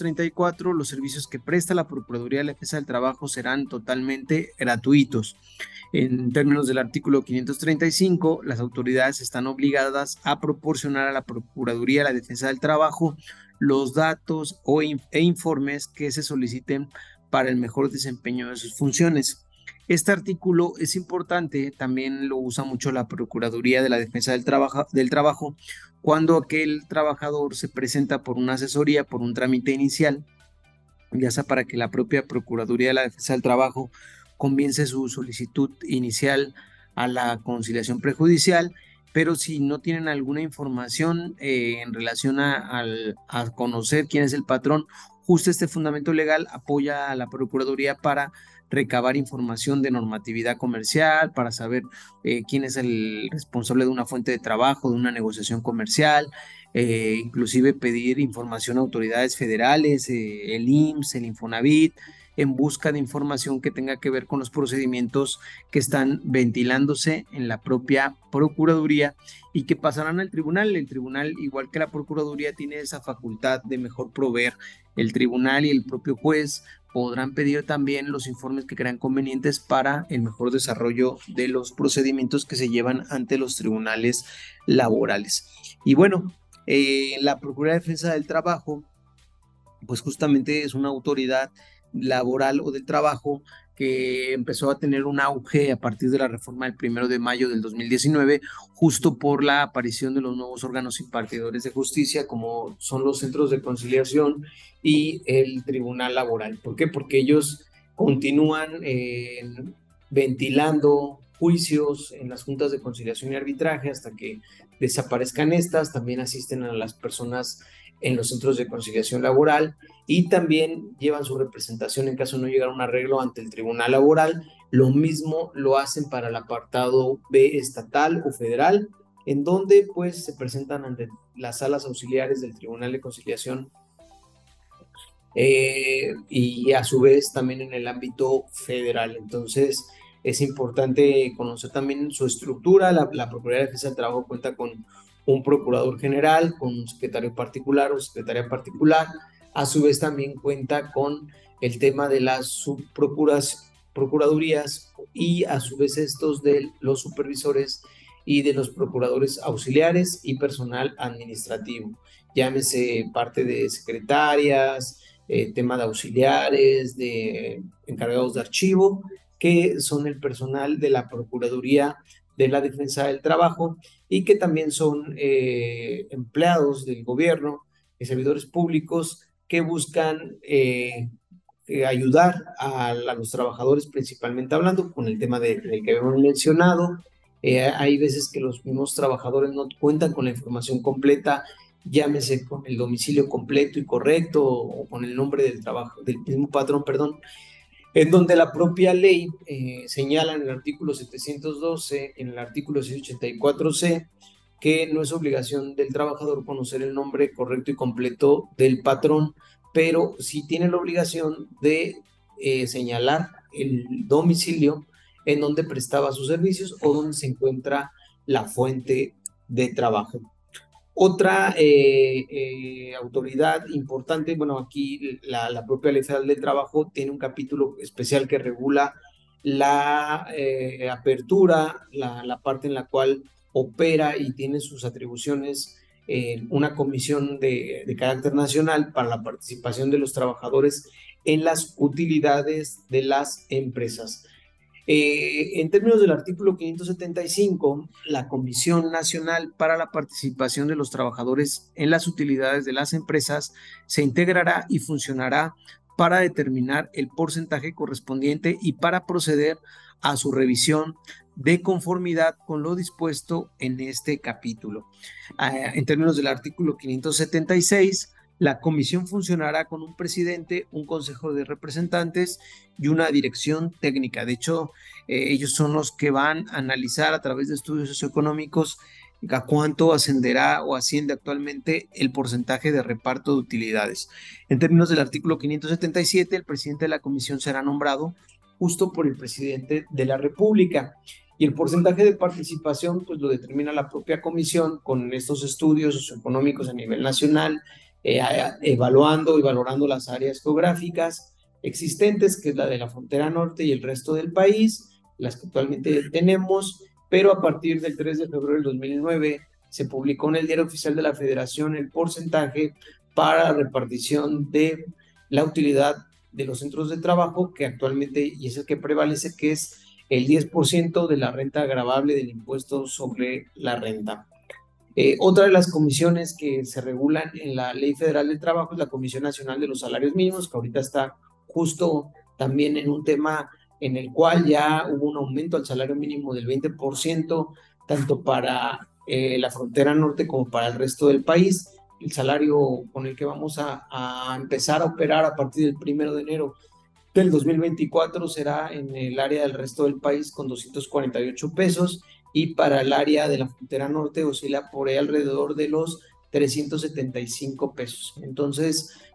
Speaker 2: 534, los servicios que presta la Procuraduría de la Defensa del Trabajo serán totalmente gratuitos. En términos del artículo 535, las autoridades están obligadas a proporcionar a la Procuraduría de la Defensa del Trabajo los datos e informes que se soliciten para el mejor desempeño de sus funciones. Este artículo es importante, también lo usa mucho la Procuraduría de la Defensa del Trabajo cuando aquel trabajador se presenta por una asesoría, por un trámite inicial, ya sea para que la propia Procuraduría de la Defensa del Trabajo comience su solicitud inicial a la conciliación prejudicial, pero si no tienen alguna información en relación a conocer quién es el patrón, justo este fundamento legal apoya a la Procuraduría para recabar información de normatividad comercial, para saber quién es el responsable de una fuente de trabajo, de una negociación comercial, inclusive pedir información a autoridades federales, el IMSS, el Infonavit, en busca de información que tenga que ver con los procedimientos que están ventilándose en la propia Procuraduría y que pasarán al tribunal. El tribunal, igual que la Procuraduría, tiene esa facultad de mejor proveer. El tribunal y el propio juez podrán pedir también los informes que crean convenientes para el mejor desarrollo de los procedimientos que se llevan ante los tribunales laborales. Y bueno, la Procuraduría de Defensa del Trabajo, pues justamente es una autoridad laboral o del trabajo que empezó a tener un auge a partir de la reforma del 1 de mayo del 2019, justo por la aparición de los nuevos órganos impartidores de justicia, como son los centros de conciliación y el tribunal laboral. ¿Por qué? Porque ellos continúan ventilando juicios en las juntas de conciliación y arbitraje hasta que desaparezcan estas. También asisten a las personas en los centros de conciliación laboral y también llevan su representación en caso de no llegar a un arreglo ante el tribunal laboral. Lo mismo lo hacen para el apartado B estatal o federal, en donde pues se presentan ante las salas auxiliares del Tribunal de Conciliación y a su vez también en el ámbito federal. Entonces es importante conocer también su estructura. La Procuraduría de Defensa del Trabajo cuenta con un procurador general, con un secretario particular o secretaria particular. A su vez también cuenta con el tema de las procuradurías y a su vez estos de los supervisores y de los procuradores auxiliares y personal administrativo. Llámese parte de secretarias, tema de auxiliares, de encargados de archivo, que son el personal de la Procuraduría de la Defensa del Trabajo y que también son empleados del gobierno, servidores públicos que buscan ayudar a los trabajadores, principalmente hablando con el tema del que hemos mencionado. Hay veces que los mismos trabajadores no cuentan con la información completa, llámese con el domicilio completo y correcto o con el nombre del trabajo, del mismo patrón, perdón, en donde la propia ley señala en el artículo 712, en el artículo 684C, que no es obligación del trabajador conocer el nombre correcto y completo del patrón, pero sí tiene la obligación de señalar el domicilio en donde prestaba sus servicios o donde se encuentra la fuente de trabajo. Otra autoridad importante, bueno, aquí la propia Ley Federal del Trabajo tiene un capítulo especial que regula la apertura, la parte en la cual opera y tiene sus atribuciones una comisión de carácter nacional para la participación de los trabajadores en las utilidades de las empresas. En términos del artículo 575, la Comisión Nacional para la Participación de los Trabajadores en las Utilidades de las Empresas se integrará y funcionará para determinar el porcentaje correspondiente y para proceder a su revisión de conformidad con lo dispuesto en este capítulo. En términos del artículo 576, la comisión funcionará con un presidente, un consejo de representantes y una dirección técnica. De hecho, ellos son los que van a analizar a través de estudios socioeconómicos a cuánto ascenderá o asciende actualmente el porcentaje de reparto de utilidades. En términos del artículo 577, el presidente de la comisión será nombrado justo por el presidente de la República. Y el porcentaje de participación pues lo determina la propia comisión con estos estudios socioeconómicos a nivel nacional, evaluando y valorando las áreas geográficas existentes, que es la de la frontera norte y el resto del país, las que actualmente tenemos, pero a partir del 3 de febrero del 2009 se publicó en el Diario Oficial de la Federación el porcentaje para la repartición de la utilidad de los centros de trabajo, que actualmente, y es el que prevalece, que es el 10% de la renta gravable del impuesto sobre la renta. Otra de las comisiones que se regulan en la Ley Federal del Trabajo es la Comisión Nacional de los Salarios Mínimos, que ahorita está justo también en un tema en el cual ya hubo un aumento al salario mínimo del 20%, tanto para la frontera norte como para el resto del país. El salario con el que vamos a empezar a operar a partir del 1 de enero del 2024 será en el área del resto del país con 248 pesos y para el área de la frontera norte oscila por ahí alrededor de los 375 pesos. Entonces,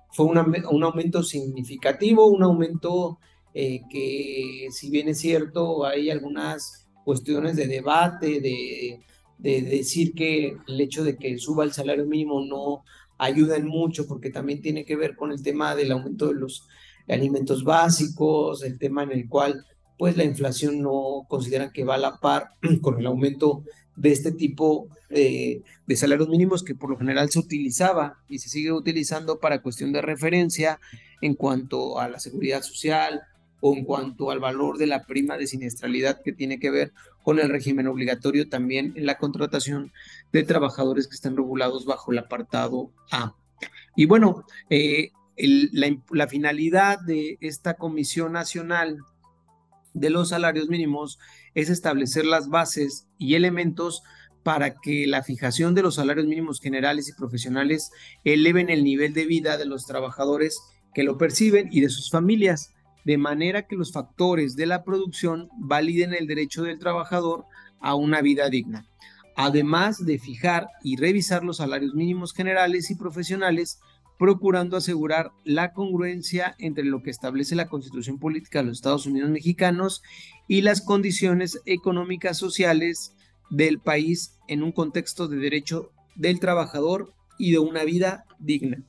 Speaker 2: fue un aumento significativo, un aumento que, si bien es cierto, hay algunas cuestiones de debate, de decir que el hecho de que suba el salario mínimo no ayuda en mucho, porque también tiene que ver con el tema del aumento de los alimentos básicos, el tema en el cual pues la inflación no considera que va a la par con el aumento de este tipo de salarios mínimos, que por lo general se utilizaba y se sigue utilizando para cuestión de referencia en cuanto a la seguridad social o en cuanto al valor de la prima de siniestralidad, que tiene que ver con el régimen obligatorio también en la contratación de trabajadores que están regulados bajo el apartado A. Y bueno, la finalidad de esta Comisión Nacional de los Salarios Mínimos es establecer las bases y elementos para que la fijación de los salarios mínimos generales y profesionales eleven el nivel de vida de los trabajadores que lo perciben y de sus familias, de manera que los factores de la producción validen el derecho del trabajador a una vida digna. Además de fijar y revisar los salarios mínimos generales y profesionales, procurando asegurar la congruencia entre lo que establece la Constitución Política de los Estados Unidos Mexicanos y las condiciones económicas sociales del país en un contexto de derecho del trabajador y de una vida digna.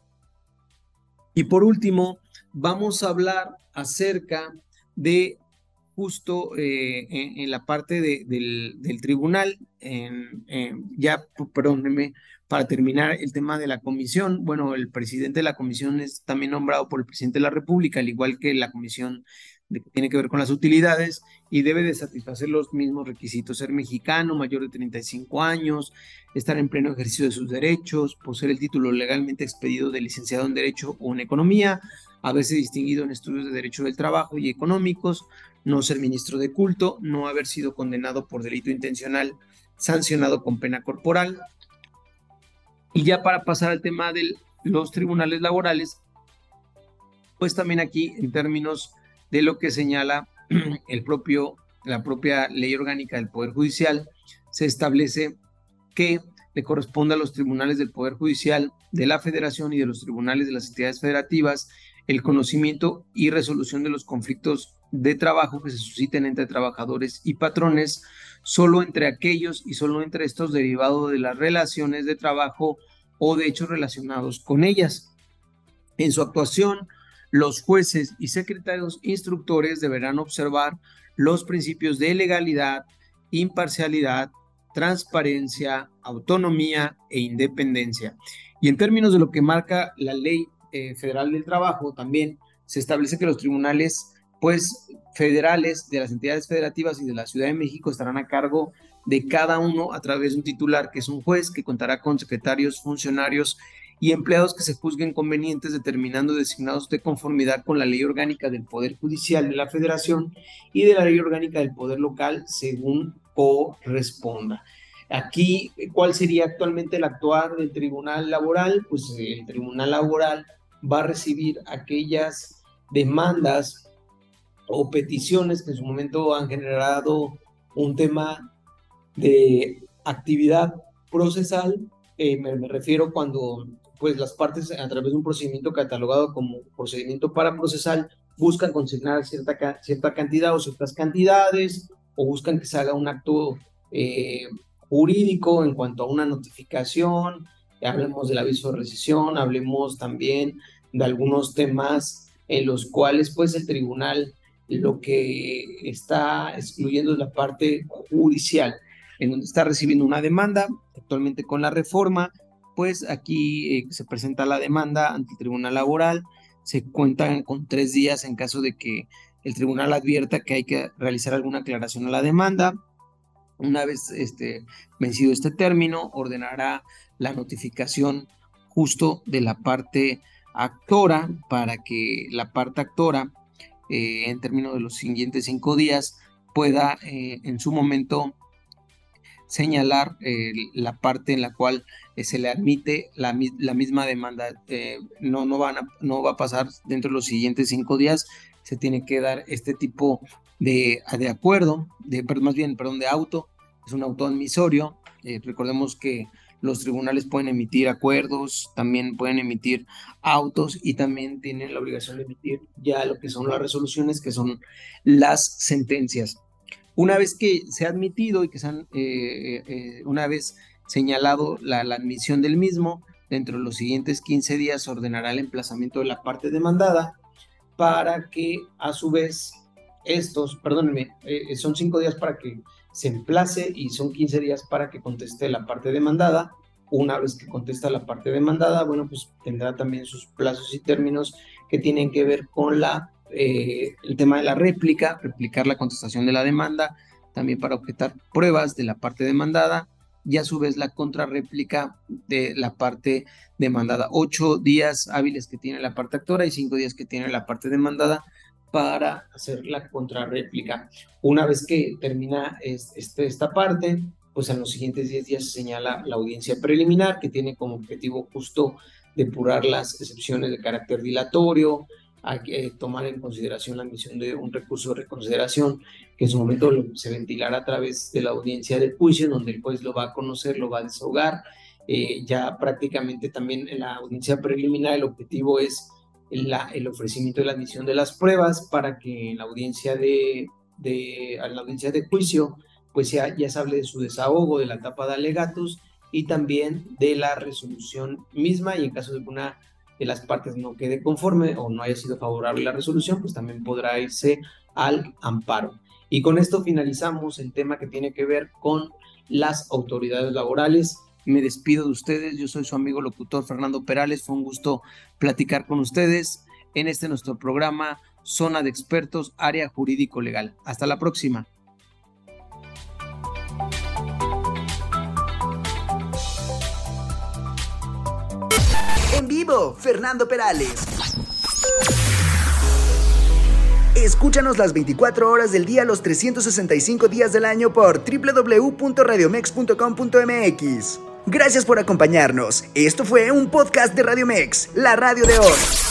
Speaker 2: Y por último, vamos a hablar acerca de justo en la parte del tribunal, perdónenme, para terminar el tema de la comisión. Bueno, el presidente de la comisión es también nombrado por el presidente de la República, al igual que la comisión que tiene que ver con las utilidades, y debe de satisfacer los mismos requisitos: ser mexicano, mayor de 35 años, estar en pleno ejercicio de sus derechos, poseer el título legalmente expedido de licenciado en Derecho o en Economía, haberse distinguido en estudios de Derecho del Trabajo y económicos, no ser ministro de culto, no haber sido condenado por delito intencional sancionado con pena corporal. Y ya para pasar al tema de los tribunales laborales, pues también aquí, en términos de lo que señala la propia Ley Orgánica del Poder Judicial, se establece que le corresponde a los tribunales del Poder Judicial de la Federación y de los tribunales de las entidades federativas el conocimiento y resolución de los conflictos de trabajo que se susciten entre trabajadores y patrones, solo entre aquellos y solo entre estos derivados de las relaciones de trabajo o de hechos relacionados con ellas. En su actuación, los jueces y secretarios instructores deberán observar los principios de legalidad, imparcialidad, transparencia, autonomía e independencia. Y en términos de lo que marca la Ley Federal del Trabajo, también se establece que los tribunales federales de las entidades federativas y de la Ciudad de México estarán a cargo de cada uno a través de un titular, que es un juez, que contará con secretarios, funcionarios y empleados que se juzguen convenientes, determinando designados de conformidad con la Ley Orgánica del Poder Judicial de la Federación y de la Ley Orgánica del Poder Local, según corresponda. Aquí, ¿cuál sería actualmente el actuar del Tribunal Laboral? Pues el Tribunal Laboral va a recibir aquellas demandas o peticiones que en su momento han generado un tema de actividad procesal. Me refiero cuando pues las partes, a través de un procedimiento catalogado como procedimiento paraprocesal, buscan consignar cierta cantidad o ciertas cantidades, o buscan que se haga un acto jurídico en cuanto a una notificación. Hablemos del aviso de rescisión, hablemos también de algunos temas en los cuales pues el tribunal lo que está excluyendo es la parte judicial, en donde está recibiendo una demanda. Actualmente, con la reforma, pues aquí se presenta la demanda ante el Tribunal Laboral, se cuentan con 3 días en caso de que el tribunal advierta que hay que realizar alguna aclaración a la demanda. Una vez vencido este término, ordenará la notificación justo de la parte actora, para que la parte actora, en términos de los siguientes 5 días, pueda en su momento señalar la parte en la cual se le admite la misma demanda. No va a pasar dentro de los siguientes 5 días, se tiene que dar este tipo de acuerdo, de auto. Es un auto admisorio. Recordemos que Los tribunales pueden emitir acuerdos, también pueden emitir autos y también tienen la obligación de emitir ya lo que son las resoluciones, que son las sentencias. Una vez que se ha admitido y que se han, una vez señalado la admisión del mismo, dentro de los siguientes 15 días se ordenará el emplazamiento de la parte demandada para que a su vez son 5 días para que se emplace y son 15 días para que conteste la parte demandada. Una vez que contesta la parte demandada, bueno, pues tendrá también sus plazos y términos que tienen que ver con el tema de la replicar la contestación de la demanda, también para objetar pruebas de la parte demandada y a su vez la contrarréplica de la parte demandada. 8 días hábiles que tiene la parte actora y 5 días que tiene la parte demandada para hacer la contrarréplica. Una vez que termina esta parte, pues en los siguientes 10 días se señala la audiencia preliminar, que tiene como objetivo justo depurar las excepciones de carácter dilatorio. Hay que tomar en consideración la admisión de un recurso de reconsideración que en su momento se ventilará a través de la audiencia del juicio, donde el juez lo va a conocer, lo va a desahogar. Ya prácticamente también en la audiencia preliminar el objetivo es el ofrecimiento de la admisión de las pruebas para que en la audiencia de juicio pues ya se hable de su desahogo, de la etapa de alegatos y también de la resolución misma, y en caso de que una de las partes no quede conforme o no haya sido favorable la resolución, pues también podrá irse al amparo. Y con esto finalizamos el tema que tiene que ver con las autoridades laborales. Me despido de ustedes, yo soy su amigo locutor Fernando Perales, fue un gusto platicar con ustedes en nuestro programa Zona de Expertos, Área Jurídico Legal. Hasta la próxima.
Speaker 1: En vivo, Fernando Perales. Escúchanos las 24 horas del día, los 365 días del año por www.radiomex.com.mx. Gracias por acompañarnos. Esto fue un podcast de Radio Mex, la radio de hoy.